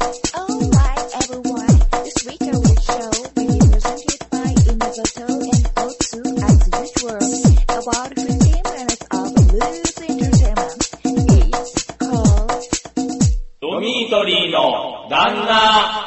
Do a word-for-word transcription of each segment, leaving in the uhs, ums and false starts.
Alright everyone, this week our show will be presented by Inabato and Otsu as usual. About fifteen minutes of loose entertainment. It's called ドミートリーの旦那。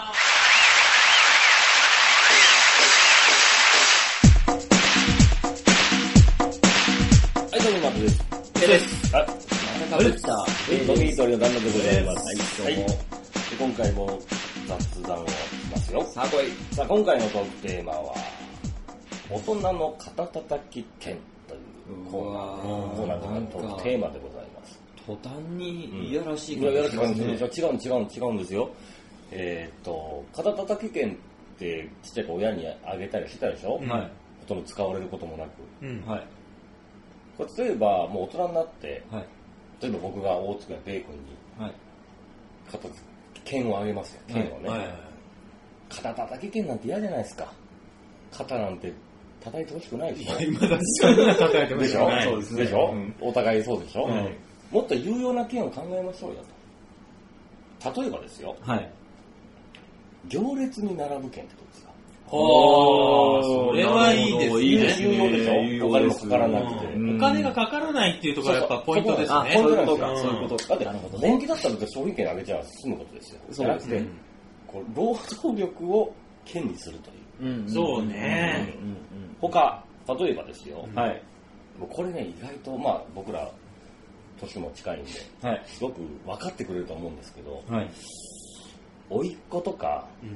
はい、どうもマックです。 です。 あ、 また被った。 ドミートリーの旦那でございます。 はい、どうも。 で今回も雑談をしますよ。 さあ来い。 さあ、今回のトークテーマは、大人の肩たたき券というコーナー、コーナーというかトークテーマでございます。 途端にいやらしいいや、やらしい感じね。 でしょ。違う違う違うんですよ。えーっと、肩たたき券ってちっちゃい子親にあげたりしてたでしょ、 はい。 ほとんど使われることもなく。 うん。はい。 これ例えば、もう大人になって、 はい。 例えば僕が大津君やベイ君に、 はい。 肩剣をあげますよ。剣をね。 はいはいはい、 肩叩き剣なんて嫌じゃないですか。肩なんて叩いてほしくないでしょ。 今だってそんな叩いてほしくない。 そうですね。でしょ、うん、お互いそうでしょ、 はい、 もっと有用な剣を考えましょうよと。例えばですよ。 はい。 行列に並ぶ剣ってどうですか？ はあ、それはいいですね。 いいですね。有用でしょ？お金もかからなくて、 うん。お金がかからないっていうところがやっぱポイントですね。 ポイントなんですよ。 そういうことか。 だって本気だったら商品券あげちゃ済むことですよ。 そうですね。 こう労働力を剣にするという。 うん、そうね、 うんうんうん。他、例えばですよ。 はい。 もうこれね、意外とまあ僕ら年も近いんで、はい、すごく分かってくれると思うんですけど、はい、甥っ子とか、うん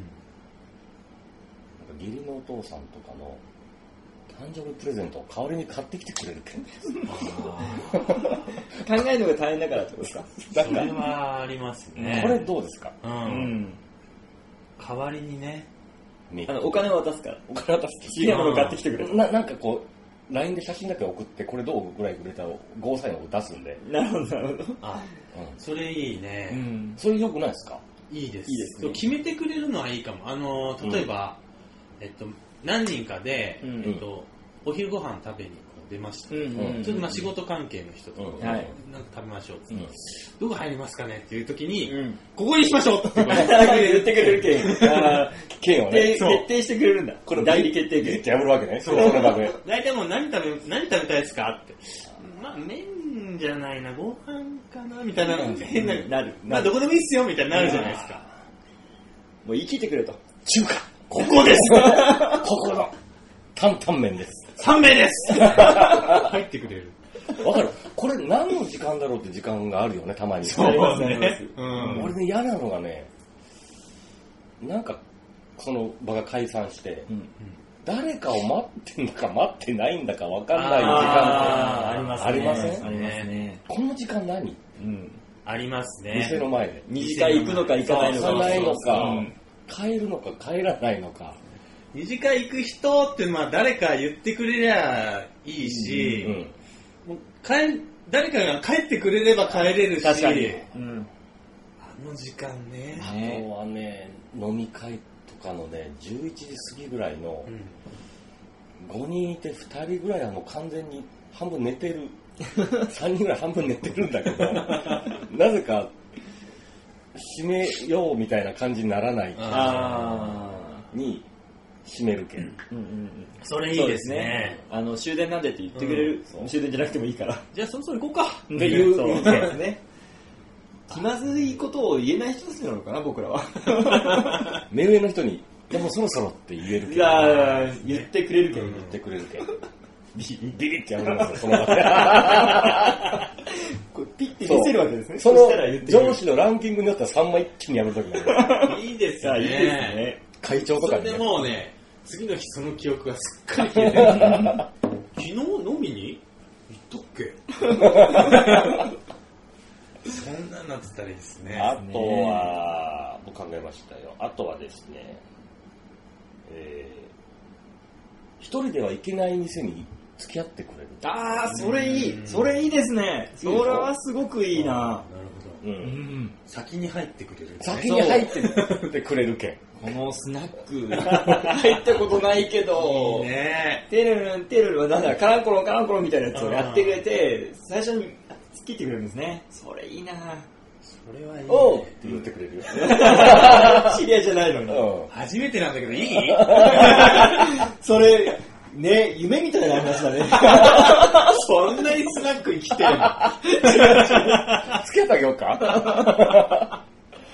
義理のお父さんとかの誕生日プレゼントを代わりに買ってきてくれる件です。 考えるのが大変だからってことですか？ それはありますね。 これどうですか？ うん。うん、代わりにね。 あのお金を渡すから。 お金渡す。 好きなものを買ってきてくれる。 ななんかこうライン で写真だけ送ってこれどうぐらいくれたらゴーサインを出すんで。 なるほどなるほど。 あ、うん、それいいね。 うん。それ良くないですか？ いいです。 いいですね。 決めてくれるのはいいかも。あの例えば。うんえっと、何人かで、うんえっと、お昼ご飯食べに出ました。うんうん、ちょっとまあ仕事関係の人と、うん、なんか食べましょうって、うん、どこ入りますかねっていう時に、うん、ここにしましょうって言ってくれる件。件をね。 決定してくれるんだ。これ代理決定権。 ってやるわけね。そう。その場で。 大体もう何食べ、何食べたいですかって。まあ麺じゃないな、ご飯かなみたいな。変な。 なる。 まあどこでもいいっすよみたいになるじゃないですか。 もう言い切ってくれと。 中華ここですここの担々麺です。 さんめいです入ってくれる。 わかる。これ何の時間だろうって時間があるよね、たまに。 そうね。うん、 俺ね、嫌なのがね、なんか、その場が解散して、うん、誰かを待ってんだか待ってないんだか分かんない時間あありますね。 ありません？ ありますね。 この時間何？ うん。ありますね。 店の前で。 二次会行くのか行かないのか。 行かないのか。うん帰るのか帰らないのか。 二次会行く人ってまあ誰か言ってくれりゃいいし、うんうん、もう帰誰かが帰ってくれれば帰れるし、 確かに、うん、 あの時間ね。 あとはね、飲み会とかのね、じゅういちじ過ぎぐらいの、うん、ごにんいてふたりぐらいはもう完全に半分寝てる。さんにんぐらい半分寝てるんだけど、なぜか閉めようみたいな感じにならないに閉めるけん、うんうんうん、 それいいですね。 ねあの終電なんでって言ってくれる、うん、終電じゃなくてもいいからじゃあそろそろ行こうかっていうそうですね。気まずいことを言えない人たちなのかな僕らは。 目上の人にでもそろそろって言えるけん、 いや言ってくれるけん、 うん、言ってくれるけんビリビリってやめますよその場で。 こうピッて見せるわけですね。 その上司のランキングによってはさんまい一気にやめるときもいいですよね。 いいですね。 会長とかに、 ね、それでもうね、次の日その記憶がすっかり消えてる。昨日飲みに行ったっけ？そんなになってたらいいですね。 あとは、僕考えましたよ。あとはですね、えー、一人では行けない店に付き合ってくれる。 ああ、それいい。それいいですね。それはすごくいいな。なるほど。うん。先に入ってくれる。 先に入ってくれるけん。 このスナック入ったことないけど、 いいね。 テルルンテルルンはなんだカランコロンカランコロンみたいなやつをやってくれて、最初に突っ切ってくれるんですね。それいいな。 それはいいね。 おうって言ってくれるよ。 知り合いじゃないのに。 うん。 初めてなんだけど、いいそれ、ね、夢みたいな話だね。 そんなにスナックに来てるの付き合ってあげようか。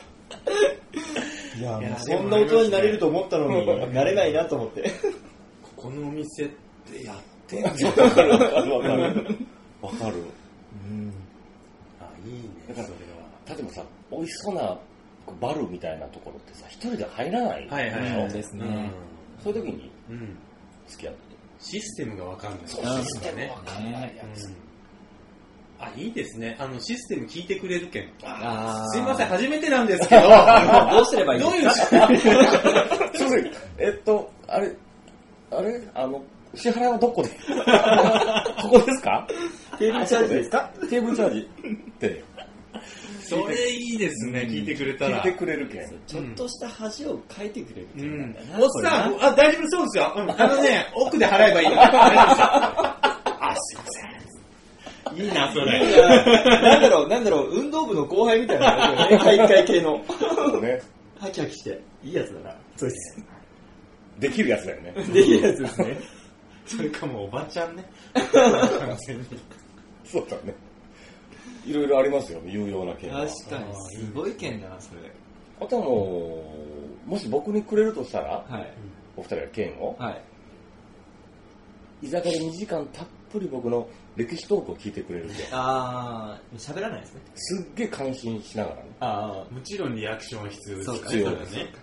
いや、 いやもうそんな大人になれると思ったのに、なれないなと思って。 ここのお店ってやってんの？ わかるわかるわかる。わかる。 うん。 あ、いいね、 だからそれは。 例えばさ、美味しそうなバルみたいなところってさ、一人で入らない。 はいはいはい。 そうですね。 そういう時にうん。 付き合って。 システムがわかんない。 そうシステムね。 わかんないやつ。 うんあ、いいですね。あの、システム聞いてくれるけん。 あすいません、初めてなんですけど。 どうすればいいどういうですか？ すいません。えっと、あれ、あれあの、支払いはどこでここですか？ テーブルチャージですか？ テーブルチャージってそれいいですね、聞いてくれたら。 聞いてくれるけん。 ちょっとした恥を書いてくれるってういうんだよな。 おっさん、あ、大丈夫そうですよ。うんあのね、奥で払えばいいの。大丈夫ですよあ、すいません。いいな、それ。 なんだろう、なんだろう、運動部の後輩みたいな、ね、体育会系の。 そうね。 ハキハキして、いいやつだな。そうです。 できるやつだよね。 できるやつですね。 それかもおばちゃんね。完全に。 そうだね。いろいろありますよ、有用な件は。 確かに、すごい件だな、それ。 あとはもう、もし僕にくれるとしたら、 はい。 お二人が剣を、 はい。 居酒屋でにじかんたっぷり僕の歴史トークを聞いてくれるんで、 あー、喋らないですね。 すっげえ感心しながらね。 あもちろんリアクションは必要ですそうか必要そうだですね。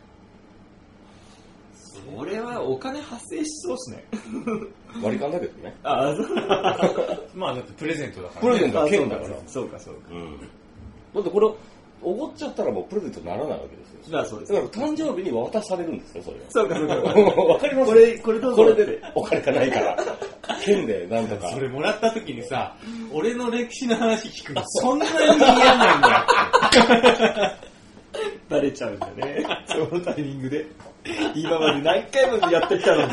ー、それはお金発生しそうですね。 割り勘だけどね。 あー、そうまあだってプレゼントだから、ね。 プレゼントは剣だから。 そうか、そうか。 うん。だってこれ、おごっちゃったらもうプレゼントにならないわけですよ。 まあそうですだから誕生日に渡されるんですよ、それは。 そうか、そうか。 わかりますこれ、これどうぞ。 これでお金がないから。剣でなんとか。 それもらった時にさ、俺の歴史の話聞くのそんなに嫌なんだバレちゃうんだよね。そのタイミングで。今まで何回もやってきたのに。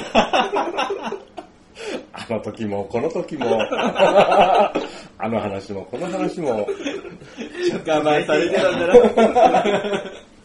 あの時も、この時も、あの話も、この話も。 我慢されてたんだな。面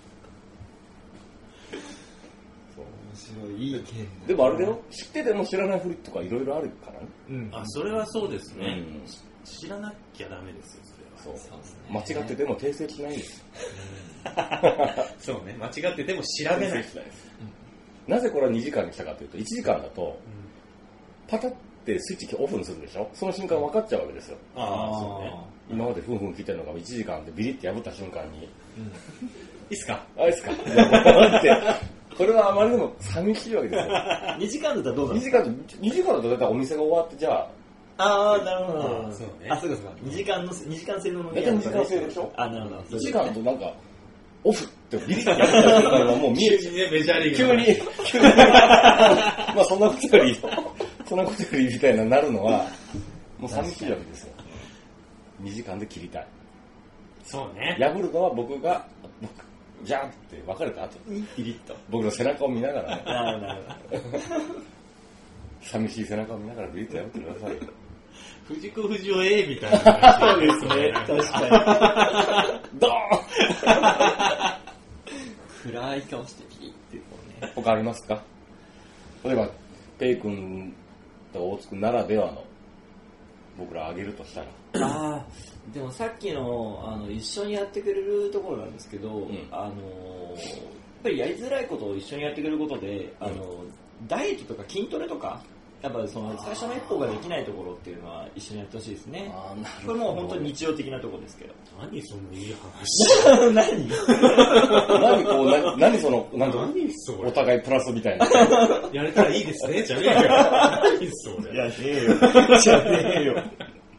白い、いい件だ。 でもあれだよ、知ってても知らないふりとかいろいろあるからね。 うん。 あ、それはそうですね。 うん知らなきゃダメですよ、それは。 そうそうですね間違ってても訂正しないんですよ。 そうね、間違ってても調べない。 訂正しないです。なぜこれはにじかんにしたかというと、いちじかんだと、パタってスイッチオフにするでしょ、その瞬間分かっちゃうわけですよ。 ああ、そうね。 今までふんふん聞いてるのがいちじかんでビリって破った瞬間に、 いいっすかあれですかってこれはあまりにも寂しいわけですよ。 にじかんだったらどうなのにじかんと、にじかんだとだいたいお店が終わって、じゃあ、 あー、なるほど。 そうねあ、そうかそうか。にじかんの、にじかん制の飲み大体にじかん制でしょ。 あ、なるほど。 いちじかんとなんか、オフってビリってやった瞬間はもう見え急にね、メジャーリーグ急のに、急に、まあそんなことより、そんなことよりみたいななるのは、もう寂しいわけですよ。にじかんで切りたい。 そうね。 破るのは僕が、僕、じゃーって別れた後に、ピリッと。僕の背中を見ながらね、 あー、なるほど。 寂しい背中を見ながらビリッと破ってくださいよ。 藤子不二雄 A みたいな話。 そうですね、確かドーンに。暗い顔してピリってこうね。 他ありますか？例えば、ペイ君と大津君ならではの、僕らあげるとしたら。 ああ、でもさっきの、あの、一緒にやってくれるところなんですけど、 んあの、やっぱりやりづらいことを一緒にやってくれることで、あの、ダイエットとか筋トレとか、やっぱその最初の一歩ができないところっていうのは一緒にやってほしいですね。 あーなるほどこれもう本当に日常的なところですけど。 何そのいい話。 何何こう、な何その、なんか、 何それお互いプラスみたいな。 やれたらいいですね、じゃねえよ。何それ。 いや、ねえよ。じゃねえよ。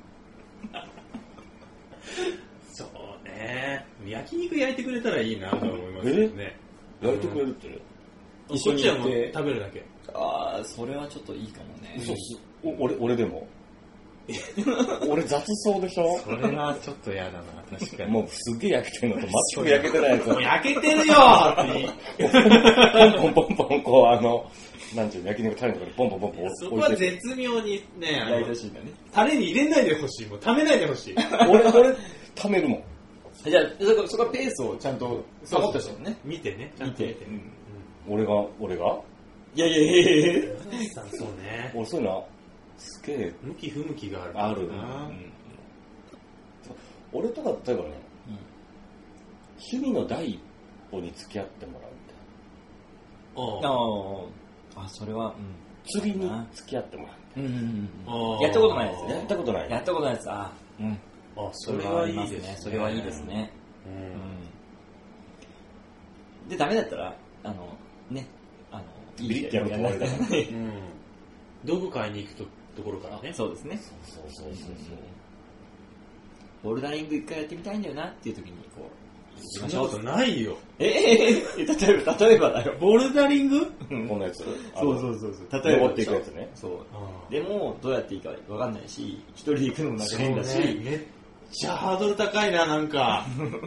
そうね。焼肉焼いてくれたらいいなと思いますよね。 やれてくれるって。 一緒にこっちはもうやって食べるだけ。 ああ、それはちょっといいかもね。 嘘っす。お俺、俺でも。俺雑そうでしょ。 それはちょっと嫌だな、確かに。 もうすっげえ焼けてるのと全く焼けてないやつをもう焼けてるよーってポンポンポンポンこうあの、なんちゅうの焼肉タレのとこにポンポンポンポンそこは置いて。 絶妙にね、あやりのほしいんだね。 タレに入れないでほしい。もう食べないでほしい。 俺、俺、貯めるもん。 じゃあそこはペースをちゃんと保ってしたもんね。 見てね、ちゃんと見て。うん俺が俺がいやいやいやいやいやそうね。 俺そういうのすげえ向き不向きがあるあるな、うん、俺とか例えばね、うん、趣味の第一歩に付き合ってもらうみたいな。 ああ、それは、うん、 釣りに付き合ってもらう、うんうんうん、やったことないですね。 やったことないやったことないです。あ、 うん、あ、それはいいですね。 それはいいですね。うんうん、でダメだったらあのね、あのビリッてやると終わりだからね。 道具買いに行くとところからね。 そうですね。 そうそうそうそう。 ボルダリング一回やってみたいんだよなっていう時にこう。 そんなことないよ。 ええー、例えば例えばだよ。 ボルダリング？ こんなやつ。 そうそうそうそう。 例えば登っていくやつね。 そう。でもどうやっていいかわかんないし、一人で行くのもなんか変だし、 ね、めっちゃハードル高いななんか。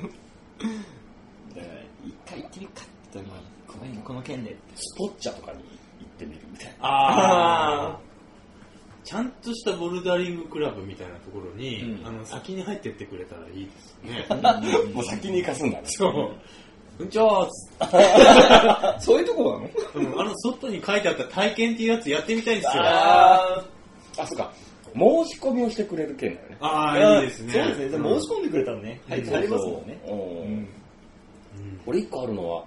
一回行ってみるかって時に。この件でスポッチャとかに行ってみるみたいな。 ああちゃんとしたボルダリングクラブみたいなところに、うん、あの先に入ってってくれたらいいですね。 もう先に行かすんだね。 そう。こんにちは。 そういうとこなの？ うん、あの外に書いてあった体験っていうやつやってみたいんですよ。 ああ、そうか。申し込みをしてくれる件だよね。 ああいいですね。 そうですね。で申し込んでくれたらね、入りますもんね。 俺一個あるのは。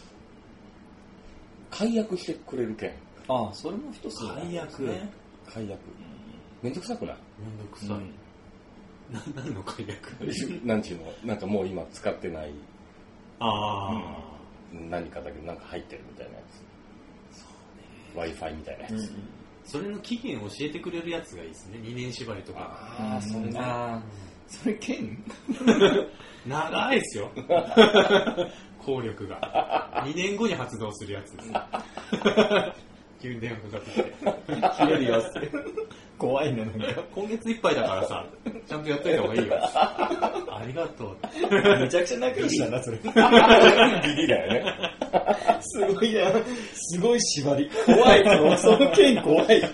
解約してくれる件。 ああ、それも一つ。 解約ね。 解約。めんどくさくない？ めんどくさい。うん、な何の解約？ なんていうの？なんかもう今使ってない。 ああ、 うん。何かだけどなんか入ってるみたいなやつ。そうね。Wi-Fi みたいなやつ。うん、 それの期限を教えてくれるやつがいいですね。にねん縛りとか。 ああ、それな。 それ剣？ 長いですよ。効力がにねんごに発動するやつです急に電話かかってきて切れるよって怖いね。なんか今月いっぱいだからさちゃんとやっといた方がいいよありがとうめちゃくちゃ仲良しだなそれビリだよねすごいなすごい縛り怖いその件怖い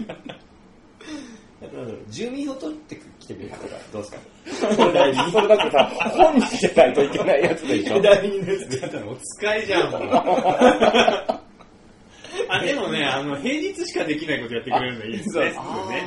住民票取ってきてくれるからどうですかそれだってさ本にしてないといけないやつでしょ代理人ですお使いじゃんもうあでもねあの平日しかできないことやってくれるのいいですねね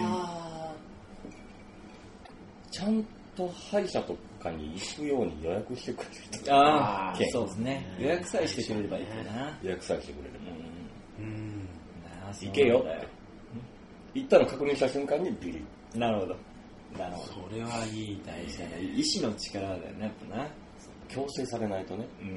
ちゃんと歯医者とかに行くように予約してくれる人ああそうですね予約さえしてくれればいいかな予約さえしてくれればうん行けよって行ったの確認した瞬間にビリなるほどなるほどそれはいい大事だね意志の力だよねやっぱな強制されないとねうん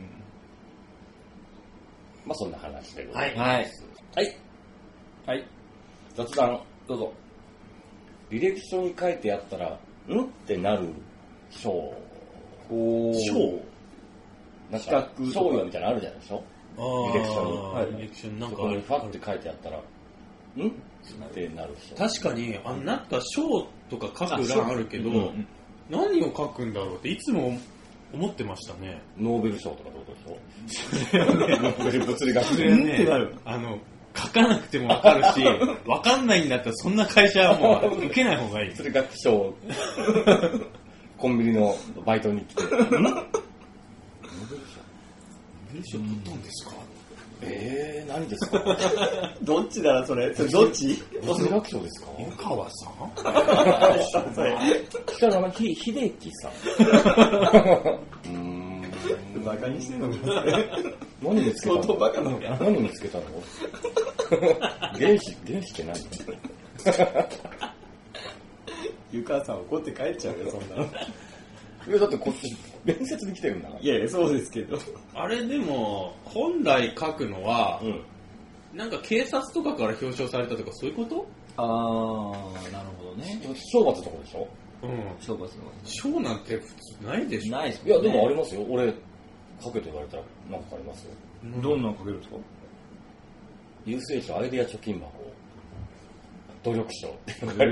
まあそんな話でございますはいはいはい雑談どうぞ履歴書に書いてあったらんってなる賞賞なんか賞与みたいなのあるじゃないでしょ履歴書に、 はい、履歴書になんかそこにファって書いてあったらんってなる人確かにあのなんか賞とか書く欄あるけど、うん、何を書くんだろうっていつも思ってましたねノーベル賞とかどうでしょノーベル物理学賞ねあの書かなくても分かるし分かんないんだったらそんな会社はもう受けない方がいい物理学賞コンビニのバイトに来てノーベル賞ノーベル賞取ったんですかえー、何ですかどっちだろそれどっち物理学賞ですか湯川さん北川ひ秀樹さんうーんバカにしてんのか何見つけたのバカなのか何見つけたの原子原子って何湯川さん怒って帰っちゃうよそんなのいやだってこっち面接に来てるんだからいやいやそうですけどあれでも本来書くのは、うん、なんか警察とかから表彰されたとかそういうこと？ ああなるほどね賞罰とかでしょ？ うん賞罰とか賞なんて普通ないでしょ？ ないです、 ね、いやでもありますよ俺書けと言われたら何かありますよ、 うん、どんなの書けるんですか？ 郵政省アイデア貯金箱努力賞って子供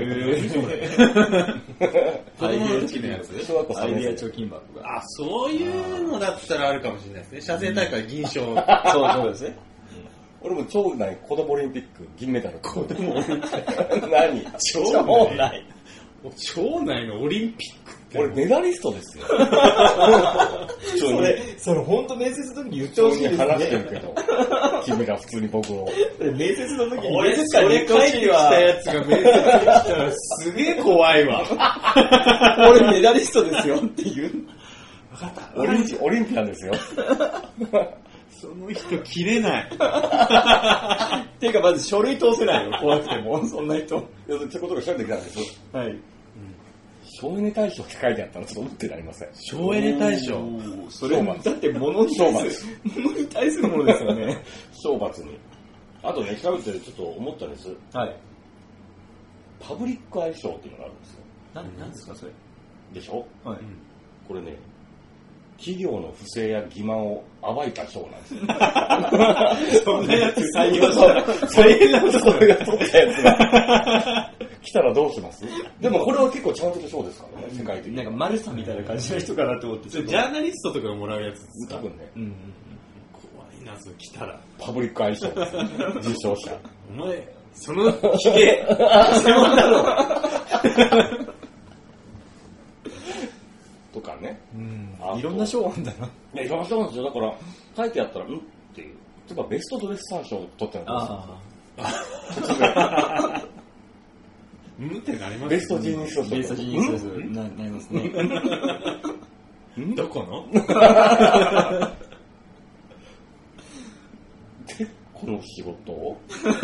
の時のやつアイデア貯金箱があそういうのだったらあるかもしれないですね写生大会銀賞、 うん、そうそうですね俺も町内子供オリンピック銀メダル子供オリンピック何町内町内のオリンピックっ俺メダリストですよ。 それ、それ本当面接の時に言ってほしいですね。 話してるけど、君ら普通に僕を。 面接の時に俺、それ書いてきたやつが面接に来たらすげえ怖いわ。 俺メダリストですよって言う。分かった。オリンピ、オリンピアンですよ。 その人切れない。 っていうかまず書類通せないよ、怖くても。そんな人。 いや、ってことが書いてきたんですよ。 はい。 省エネ大賞って書いてあったのちょっと思ってなりません。 省エネ大賞それだって物に対する、物に対するものですよね。 賞罰に。あとね、調べてちょっと思ったんです。 はい。 パブリックアイ賞っていうのがあるんですよ。 な、なんですかそれ。 でしょ？ はい。 これね、企業の不正や欺瞞を暴いた賞なんですよ。 そんなやつ採用した。 それがそういう取ったやつが来たらどうします？でもこれは結構ちゃんとした賞ですからね、世界的に。 なんかマルサみたいな感じの人かなと思って。 ジャーナリストとかがもらうやつですか？ 多分ね。 うんうん、 怖いな、それ来たら。 パブリックアイ賞ですよ、受賞者。 お前、そのひげ、偽物だろ。 とかね。 うん、いろんな賞あんだな。 いや、いろんな賞なんですよ。だから、書いてあったら、んっていう。例えばベストドレッサー賞を取ったのうんってなりますね。 ベストジーニスト賞。 ベストジーニスト賞ななりますね。 どこので、この仕事を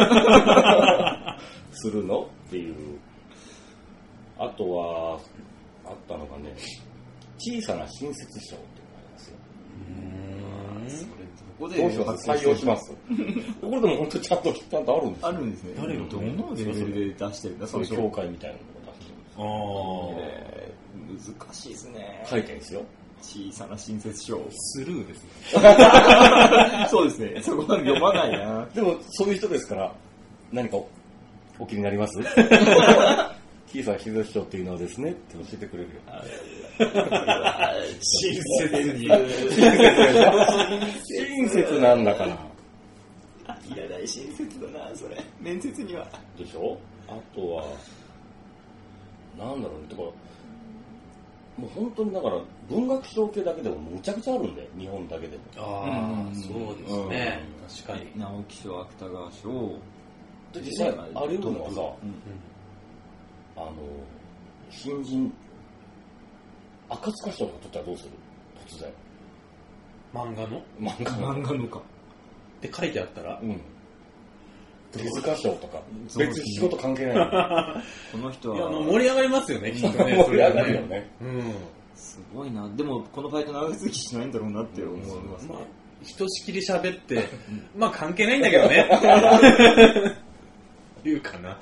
するのっていう。あとは、あったのがね、小さな親切賞っていうのがありますよ。 うーん。それどこでどうします？採用します。これでも本当ちゃんと、ちゃんとあるんですよ。 あるんですね。 誰がどのレベルで出してるんだ、 そういう協会みたいなのを出してるんですよ。 あえー、難しいですね。 書いてるんですよ。 小さな親切賞。 スルーですね。 そうですね。そこは読まないな。 でも、そういう人ですから、何か お, お気になります小さな親切賞っていうのはですねって教えてくれるよ。 親切に。 親切なんだから。 いらない親切だな、それ。面接には。 でしょ？あとは、なんだろうね。だから、もう本当にだから、文学賞系だけでもむちゃくちゃあるんだよ。日本だけでも。 ああ、そうですね。確かに。 直木賞、芥川賞。 で、実際、あり得るのはさ、あの、新人、赤塚賞とか取ったらどうする？突然。 漫画の漫画の。 漫画のか。 って書いてあったらうん。手塚賞とか、別に仕事関係ない。 この人は。 いや、あの、盛り上がりますよね、きっとね。 盛り上がるよね。 うん。 すごいな。でも、このバイト長続きしないんだろうなって思いますね。 まあ、ひとしきり喋って、まあ関係ないんだけどね。言うかな。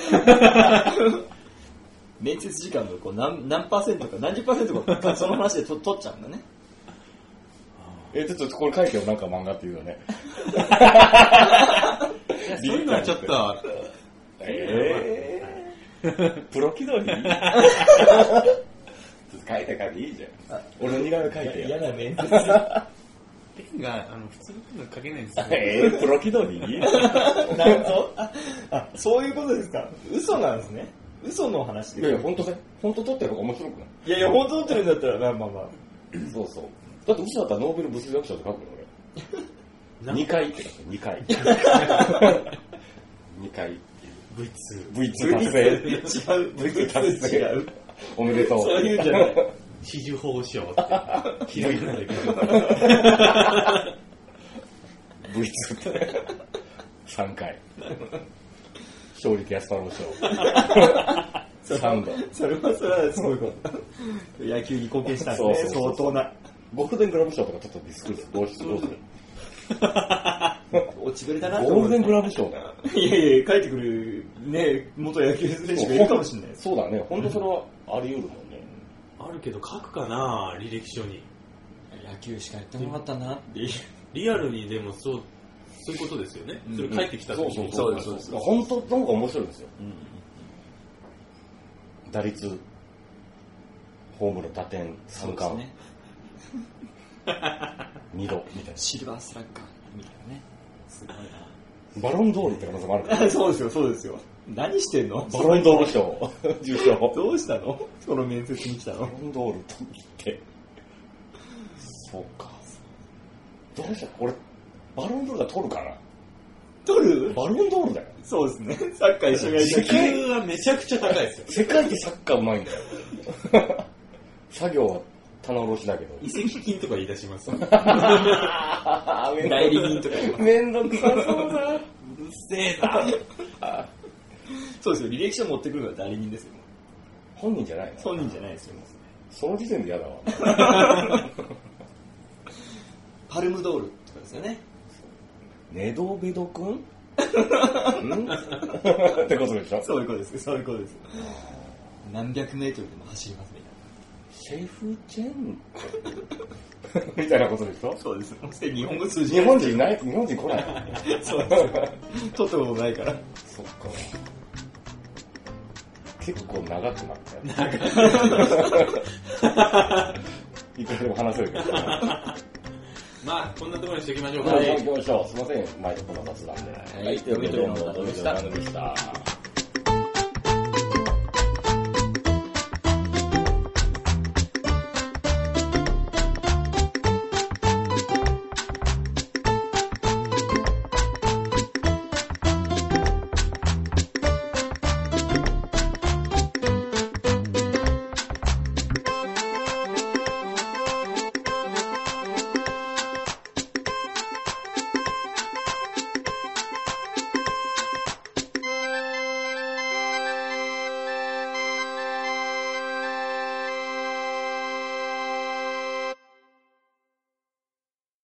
面接時間のこう 何, 何パーセントか何十パーセントかその話でと取っちゃうんだね。 え、ちょっとこれ書いてよ、なんか漫画っていうよね。 そういうのはちょっと、 えー、プロ気取り書いて書いていいじゃん。俺の似顔絵書いてよ。 嫌な面接。 ペンが、あの、普通の書けないんですよ。 えー、プロ気取りなんとあ、そういうことですか。嘘なんですね。嘘の話で。 いやいや、本当ね。本当撮ってる方が面白くない？ いやいや、本当撮ってるんだったら、まあまあまあ。 そうそう。だって嘘だったらノーベル物理学賞って書くよ、俺。にかいって書く、にかい。にかい。 ブイツー。 ブイツー 達成。 違う。ブイツー 達成。違う。 おめでとう。 そういうんじゃない。 紫綬褒章って。ひどいんだけど。 ブイツー ってさんかい。勝利キャスタロー賞。さんど。 それはそれはすごいこと。野球に貢献したんですね。相当な。 ゴールデングラブ賞とかちょっとディスクルどうするどうする落ちぶりだなとゴー思う。 ルデングラブ賞だよ。 いやいや、帰ってくるね、元野球選手がいるかもしれない。 そうだね。本当それはあり得るもんね。 あるけど書くかな、履歴書に。 野球しかやってなかったなっていう。 リアルにでもそう、そういうことですよね。それ帰ってきた時に。 そうです、そうです。本当なんか面白いんですよ。打率、ホームラン、打点、三冠。二度みたいな。 シルバースラッガーみたいなね。すごいな。 バロンドールって可能性もあるから。 そうですよ、そうですよ。 何してんの？ バロンドール賞受賞。 どうしたの？その面接に来たの？ バロンドールと言って。そうか。どうしたこれ、バロンドールが取るかな？ 取る？ バロンドールだよ。 そうですね。サッカー一緒にやりたい。 時給はめちゃくちゃ高いですよ。 世界でサッカーうまいんだよ。作業は棚卸しだけど。 移籍金とか言い出します。 代理人とか。 めんどくさそうだ。 うるせえな。 そうですよ。履歴書持ってくるのは代理人ですよ。 本人じゃないの？ 本人じゃないですよ。 その時点で嫌だわ。 パルムドールとかですよね。 ネドベド君んってことでしょ？ そういうことです。そういうことです。何百メートルでも走りますみたいな。シェフチェンコみたいなことでしょ？ そうです。日本語通じない。 日本人いない？日本人来ない？ そうです。取ったことないから。 そっか。結構長くなったよ。 長いくらでも話せるけど。 まあ、こんなところにしておきましょうか。 はい、行きましょう。すいません、毎度こんな雑談で。 はい、 というわけで、どうも、どうも、どうもでした。